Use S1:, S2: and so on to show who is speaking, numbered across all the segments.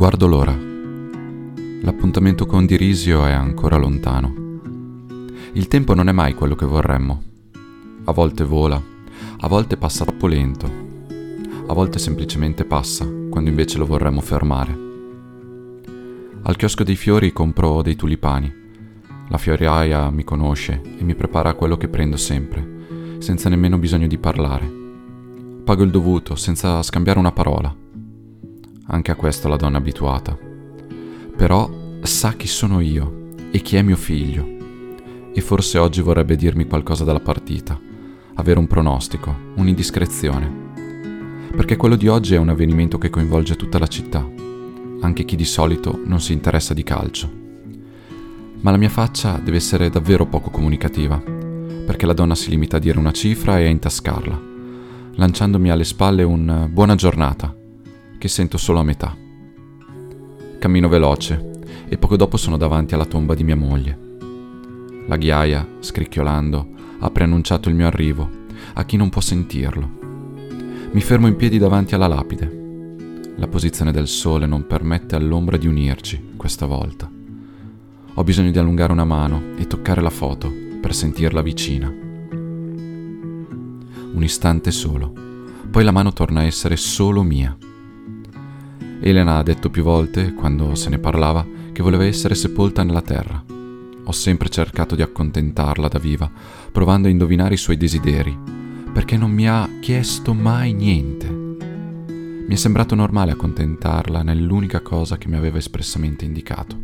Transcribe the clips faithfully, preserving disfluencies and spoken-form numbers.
S1: guardo l'ora. L'appuntamento con Dirisio è ancora lontano. Il tempo non è mai quello che vorremmo. A volte vola, a volte passa troppo lento, a volte semplicemente passa, quando invece lo vorremmo fermare. Al chiosco dei fiori compro dei tulipani. La fioriaia mi conosce e mi prepara a quello che prendo sempre, senza nemmeno bisogno di parlare. Pago il dovuto, senza scambiare una parola. Anche a questo la donna è abituata. Però sa chi sono io e chi è mio figlio. E forse oggi vorrebbe dirmi qualcosa dalla partita, avere un pronostico, un'indiscrezione. Perché quello di oggi è un avvenimento che coinvolge tutta la città, anche chi di solito non si interessa di calcio. Ma la mia faccia deve essere davvero poco comunicativa, perché la donna si limita a dire una cifra e a intascarla, lanciandomi alle spalle un buona giornata, che sento solo a metà. Cammino veloce e poco dopo sono davanti alla tomba di mia moglie. La ghiaia, scricchiolando, ha preannunciato il mio arrivo a chi non può sentirlo. Mi fermo in piedi davanti alla lapide. La posizione del sole non permette all'ombra di unirci questa volta. Ho bisogno di allungare una mano e toccare la foto per sentirla vicina. Un istante solo, poi la mano torna a essere solo mia. Elena ha detto più volte, quando se ne parlava, che voleva essere sepolta nella terra. Ho sempre cercato di accontentarla da viva, provando a indovinare i suoi desideri, perché non mi ha chiesto mai niente. Mi è sembrato normale accontentarla nell'unica cosa che mi aveva espressamente indicato.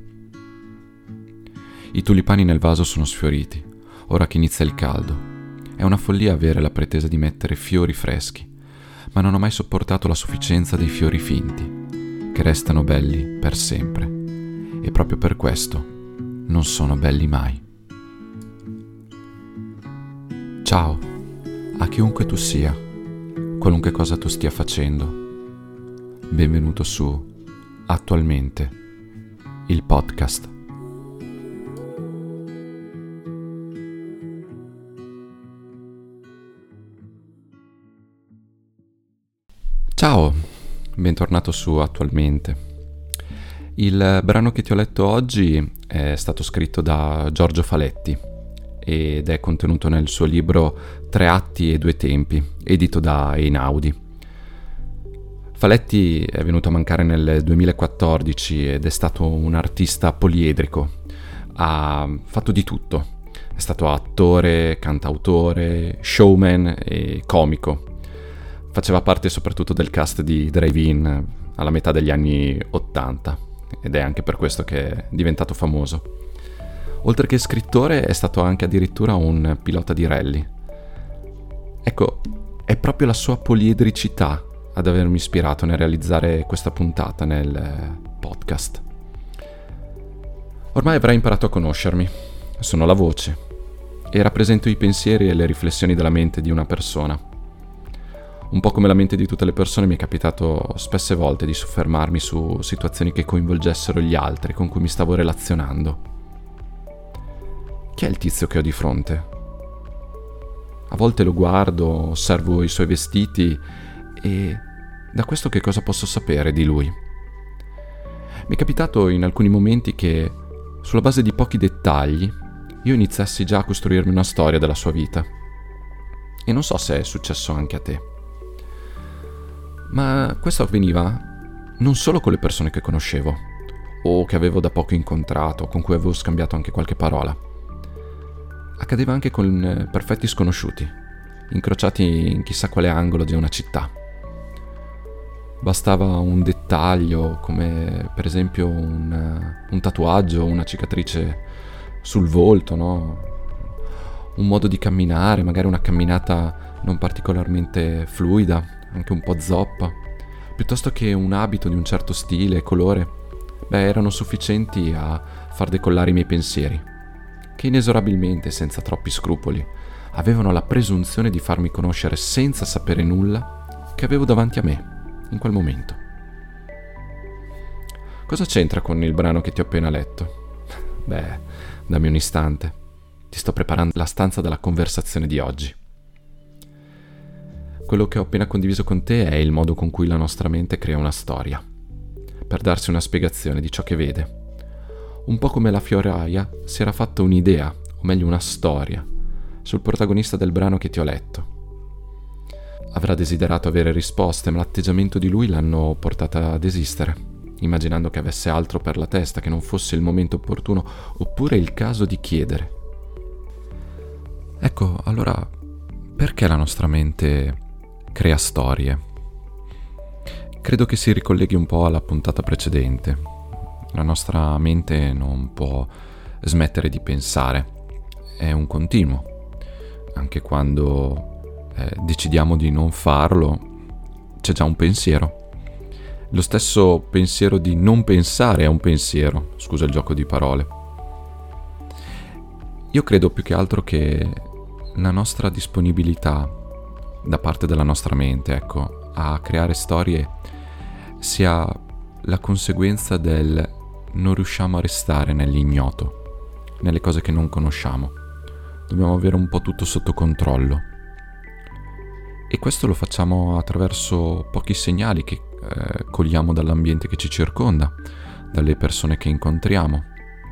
S1: I tulipani nel vaso sono sfioriti, ora che inizia il caldo. È una follia avere la pretesa di mettere fiori freschi, ma non ho mai sopportato la sufficienza dei fiori finti, che restano belli per sempre, e proprio per questo non sono belli mai. Ciao, a chiunque tu sia, qualunque cosa tu stia facendo. Benvenuto su Attualmente, il podcast. Ciao, bentornato su Attualmente. Il brano che ti ho letto oggi è stato scritto da Giorgio Faletti ed è contenuto nel suo libro Tre atti e due tempi, edito da Einaudi. Faletti è venuto a mancare nel duemilaquattordici ed è stato un artista poliedrico. Ha fatto di tutto. È stato attore, cantautore, showman e comico. Faceva parte soprattutto del cast di Drive-In alla metà degli anni ottanta. Ed è anche per questo che è diventato famoso. Oltre che scrittore è stato anche addirittura un pilota di rally. Ecco, è proprio la sua poliedricità ad avermi ispirato nel realizzare questa puntata nel podcast. Ormai avrai imparato a conoscermi. Sono la voce e rappresento i pensieri e le riflessioni della mente di una persona. Un po' come la mente di tutte le persone, mi è capitato spesse volte di soffermarmi su situazioni che coinvolgessero gli altri con cui mi stavo relazionando. Chi è il tizio che ho di fronte? A volte lo guardo, osservo i suoi vestiti e da questo che cosa posso sapere di lui? Mi è capitato in alcuni momenti che, sulla base di pochi dettagli, io iniziassi già a costruirmi una storia della sua vita. E non so se è successo anche a te. Ma questo avveniva non solo con le persone che conoscevo, o che avevo da poco incontrato, con cui avevo scambiato anche qualche parola. Accadeva anche con perfetti sconosciuti, incrociati in chissà quale angolo di una città. Bastava un dettaglio, come per esempio un, un tatuaggio, una cicatrice sul volto, no? Un modo di camminare, magari una camminata non particolarmente fluida, anche un po' zoppa, piuttosto che un abito di un certo stile e colore, beh, erano sufficienti a far decollare i miei pensieri, che inesorabilmente, senza troppi scrupoli, avevano la presunzione di farmi conoscere senza sapere nulla che avevo davanti a me, in quel momento. Cosa c'entra con il brano che ti ho appena letto? Beh, dammi un istante, ti sto preparando la stanza della conversazione di oggi. Quello che ho appena condiviso con te è il modo con cui la nostra mente crea una storia. per darsi una spiegazione di ciò che vede. Un po' come la fioraia si era fatta un'idea, o meglio una storia, sul protagonista del brano che ti ho letto. Avrà desiderato avere risposte, ma l'atteggiamento di lui l'hanno portata a desistere, immaginando che avesse altro per la testa, che non fosse il momento opportuno oppure il caso di chiedere. Ecco, allora, perché la nostra mente crea storie? Credo che si ricolleghi un po' alla puntata precedente. La nostra mente non può smettere di pensare, è un continuo. Anche quando eh, decidiamo di non farlo, c'è già un pensiero. Lo stesso pensiero di non pensare è un pensiero, scusa il gioco di parole. Io credo più che altro che la nostra disponibilità da parte della nostra mente, ecco, a creare storie sia la conseguenza del non riusciamo a restare nell'ignoto, nelle cose che non conosciamo. Dobbiamo avere un po' tutto sotto controllo. E questo lo facciamo attraverso pochi segnali che eh, cogliamo dall'ambiente che ci circonda, dalle persone che incontriamo.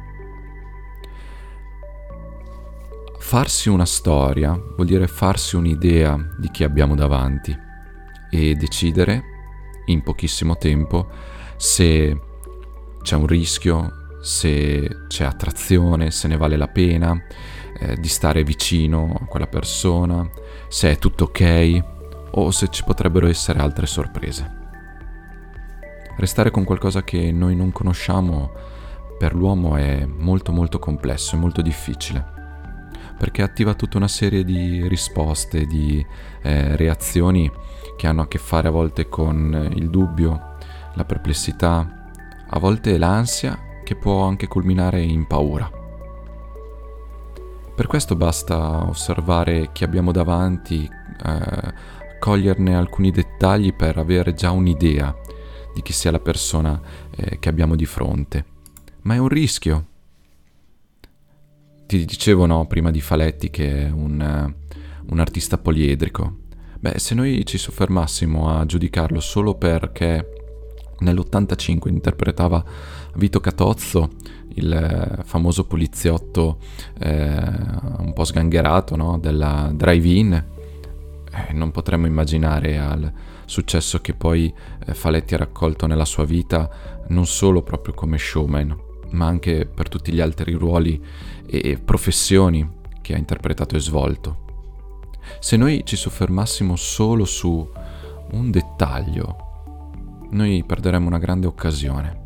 S1: Farsi una storia vuol dire farsi un'idea di chi abbiamo davanti e decidere in pochissimo tempo se c'è un rischio, se c'è attrazione, se ne vale la pena eh, di stare vicino a quella persona, se è tutto ok o se ci potrebbero essere altre sorprese. Restare con qualcosa che noi non conosciamo per l'uomo è molto molto complesso, è molto difficile, perché attiva tutta una serie di risposte, di eh, reazioni che hanno a che fare a volte con il dubbio, la perplessità, a volte l'ansia, che può anche culminare in paura. Per questo basta osservare chi abbiamo davanti, eh, coglierne alcuni dettagli per avere già un'idea di chi sia la persona eh, che abbiamo di fronte. Ma è un rischio. Ti dicevo, no, prima di Faletti, che è un, un artista poliedrico. Beh, se noi ci soffermassimo a giudicarlo solo perché nell'ottantacinque interpretava Vito Catozzo, il famoso poliziotto eh, un po' sgangherato, no, della drive-in, eh, non potremmo immaginare al successo che poi eh, Faletti ha raccolto nella sua vita, non solo proprio come showman, ma anche per tutti gli altri ruoli e professioni che ha interpretato e svolto. Se noi ci soffermassimo solo su un dettaglio, noi perderemmo una grande occasione.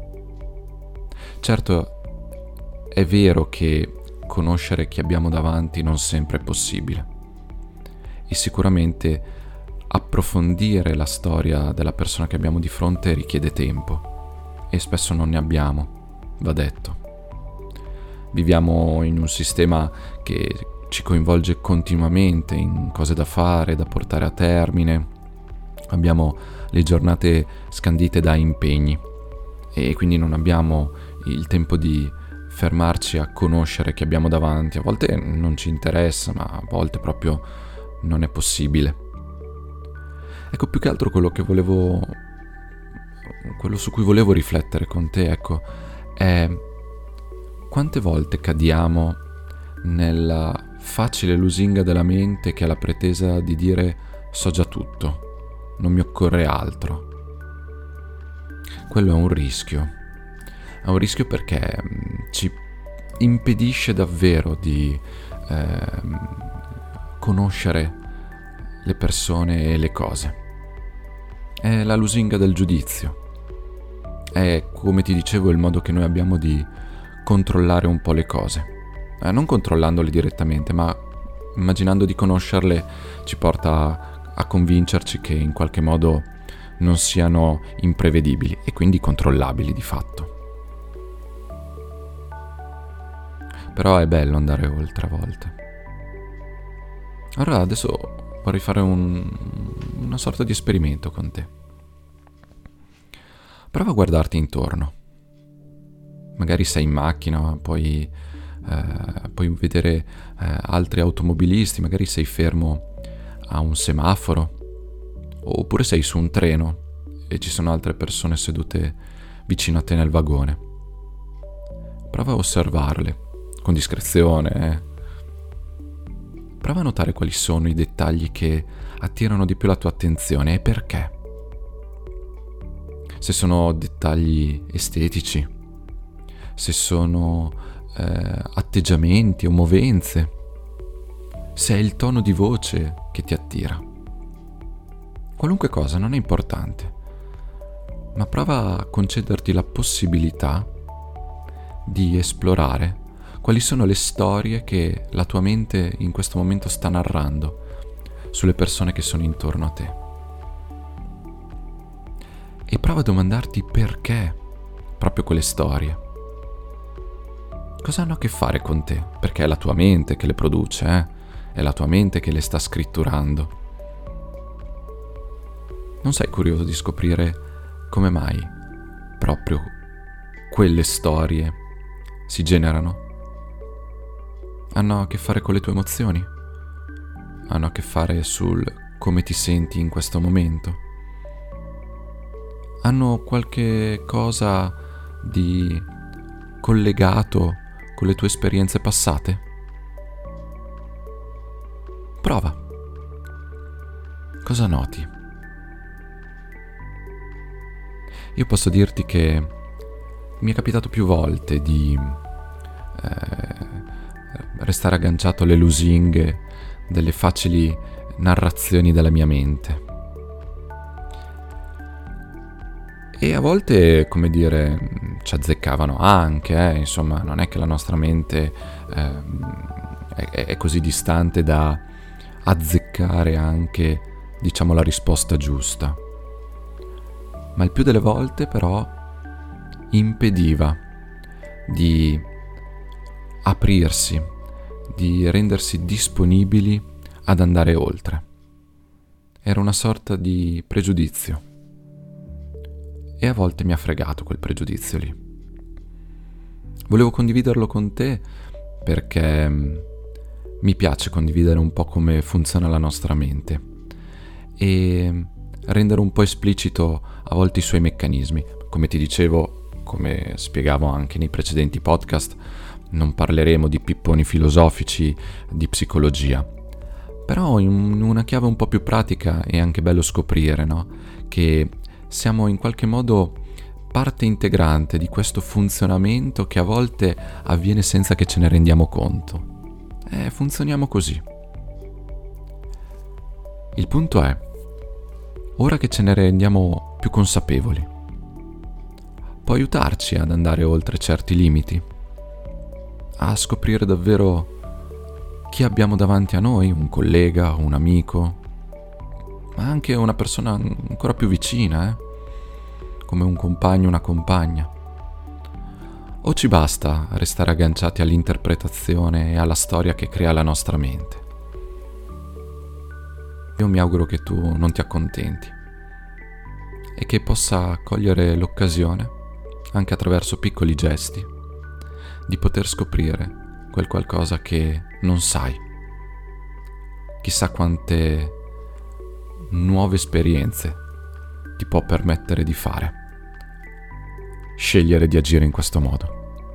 S1: Certo, è vero che conoscere chi abbiamo davanti non sempre è possibile, e sicuramente approfondire la storia della persona che abbiamo di fronte richiede tempo, e spesso non ne abbiamo, va detto. Viviamo in un sistema che ci coinvolge continuamente in cose da fare, da portare a termine. Abbiamo le giornate scandite da impegni e quindi non abbiamo il tempo di fermarci a conoscere chi abbiamo davanti. A volte non ci interessa, ma a volte proprio non è possibile. Ecco, più che altro quello che volevo, quello su cui volevo riflettere con te, ecco, è quante volte cadiamo nella facile lusinga della mente che ha la pretesa di dire so già tutto, non mi occorre altro. Quello è un rischio. È un rischio perché ci impedisce davvero di eh, conoscere le persone e le cose. È la lusinga del giudizio. È, come ti dicevo, il modo che noi abbiamo di controllare un po' le cose. Eh, non controllandole direttamente, ma immaginando di conoscerle ci porta a convincerci che in qualche modo non siano imprevedibili e quindi controllabili di fatto. Però è bello andare oltre a volte. Allora adesso vorrei fare un, una sorta di esperimento con te. Prova a guardarti intorno. Magari sei in macchina, puoi, eh, puoi vedere eh, altri automobilisti, magari sei fermo a un semaforo, oppure sei su un treno e ci sono altre persone sedute vicino a te nel vagone. Prova a osservarle, con discrezione, eh. Prova a notare quali sono i dettagli che attirano di più la tua attenzione e perché. Se sono dettagli estetici, se sono eh, atteggiamenti o movenze, se è il tono di voce che ti attira. Qualunque cosa, non è importante, ma prova a concederti la possibilità di esplorare quali sono le storie che la tua mente in questo momento sta narrando sulle persone che sono intorno a te. E prova a domandarti perché proprio quelle storie. Cosa hanno a che fare con te? Perché è la tua mente che le produce, eh? È la tua mente che le sta scritturando. Non sei curioso di scoprire come mai proprio quelle storie si generano? Hanno a che fare con le tue emozioni? Hanno a che fare sul come ti senti in questo momento? Hanno qualche cosa di collegato con le tue esperienze passate? Prova. Cosa noti? Io posso dirti che mi è capitato più volte di eh, restare agganciato alle lusinghe delle facili narrazioni della mia mente. E a volte, come dire, ci azzeccavano anche, eh? Insomma, non è che la nostra mente eh, è, è così distante da azzeccare anche, diciamo, la risposta giusta. Ma il più delle volte, però, impediva di aprirsi, di rendersi disponibili ad andare oltre. Era una sorta di pregiudizio. E a volte mi ha fregato quel pregiudizio lì. Volevo condividerlo con te perché mi piace condividere un po' come funziona la nostra mente e rendere un po' esplicito a volte i suoi meccanismi. Come ti dicevo, come spiegavo anche nei precedenti podcast, non parleremo di pipponi filosofici, di psicologia. Però in una chiave un po' più pratica è anche bello scoprire, no? Che siamo in qualche modo parte integrante di questo funzionamento che a volte avviene senza che ce ne rendiamo conto. Eh, funzioniamo così. Il punto è, ora che ce ne rendiamo più consapevoli, può aiutarci ad andare oltre certi limiti, a scoprire davvero chi abbiamo davanti a noi, un collega, un amico, ma anche una persona ancora più vicina, eh? Come un compagno, una compagna. O ci basta restare agganciati all'interpretazione e alla storia che crea la nostra mente? Io mi auguro che tu non ti accontenti e che possa cogliere l'occasione, anche attraverso piccoli gesti, di poter scoprire quel qualcosa che non sai. Chissà quante nuove esperienze ti può permettere di fare. Scegliere di agire in questo modo.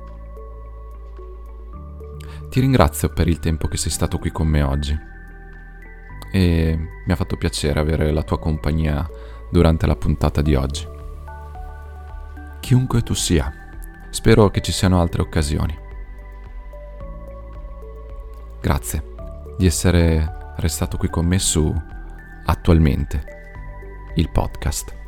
S1: Ti ringrazio per il tempo che sei stato qui con me oggi e mi ha fatto piacere avere la tua compagnia durante la puntata di oggi. Chiunque tu sia, spero che ci siano altre occasioni. Grazie di essere restato qui con me su Attualmente, il podcast.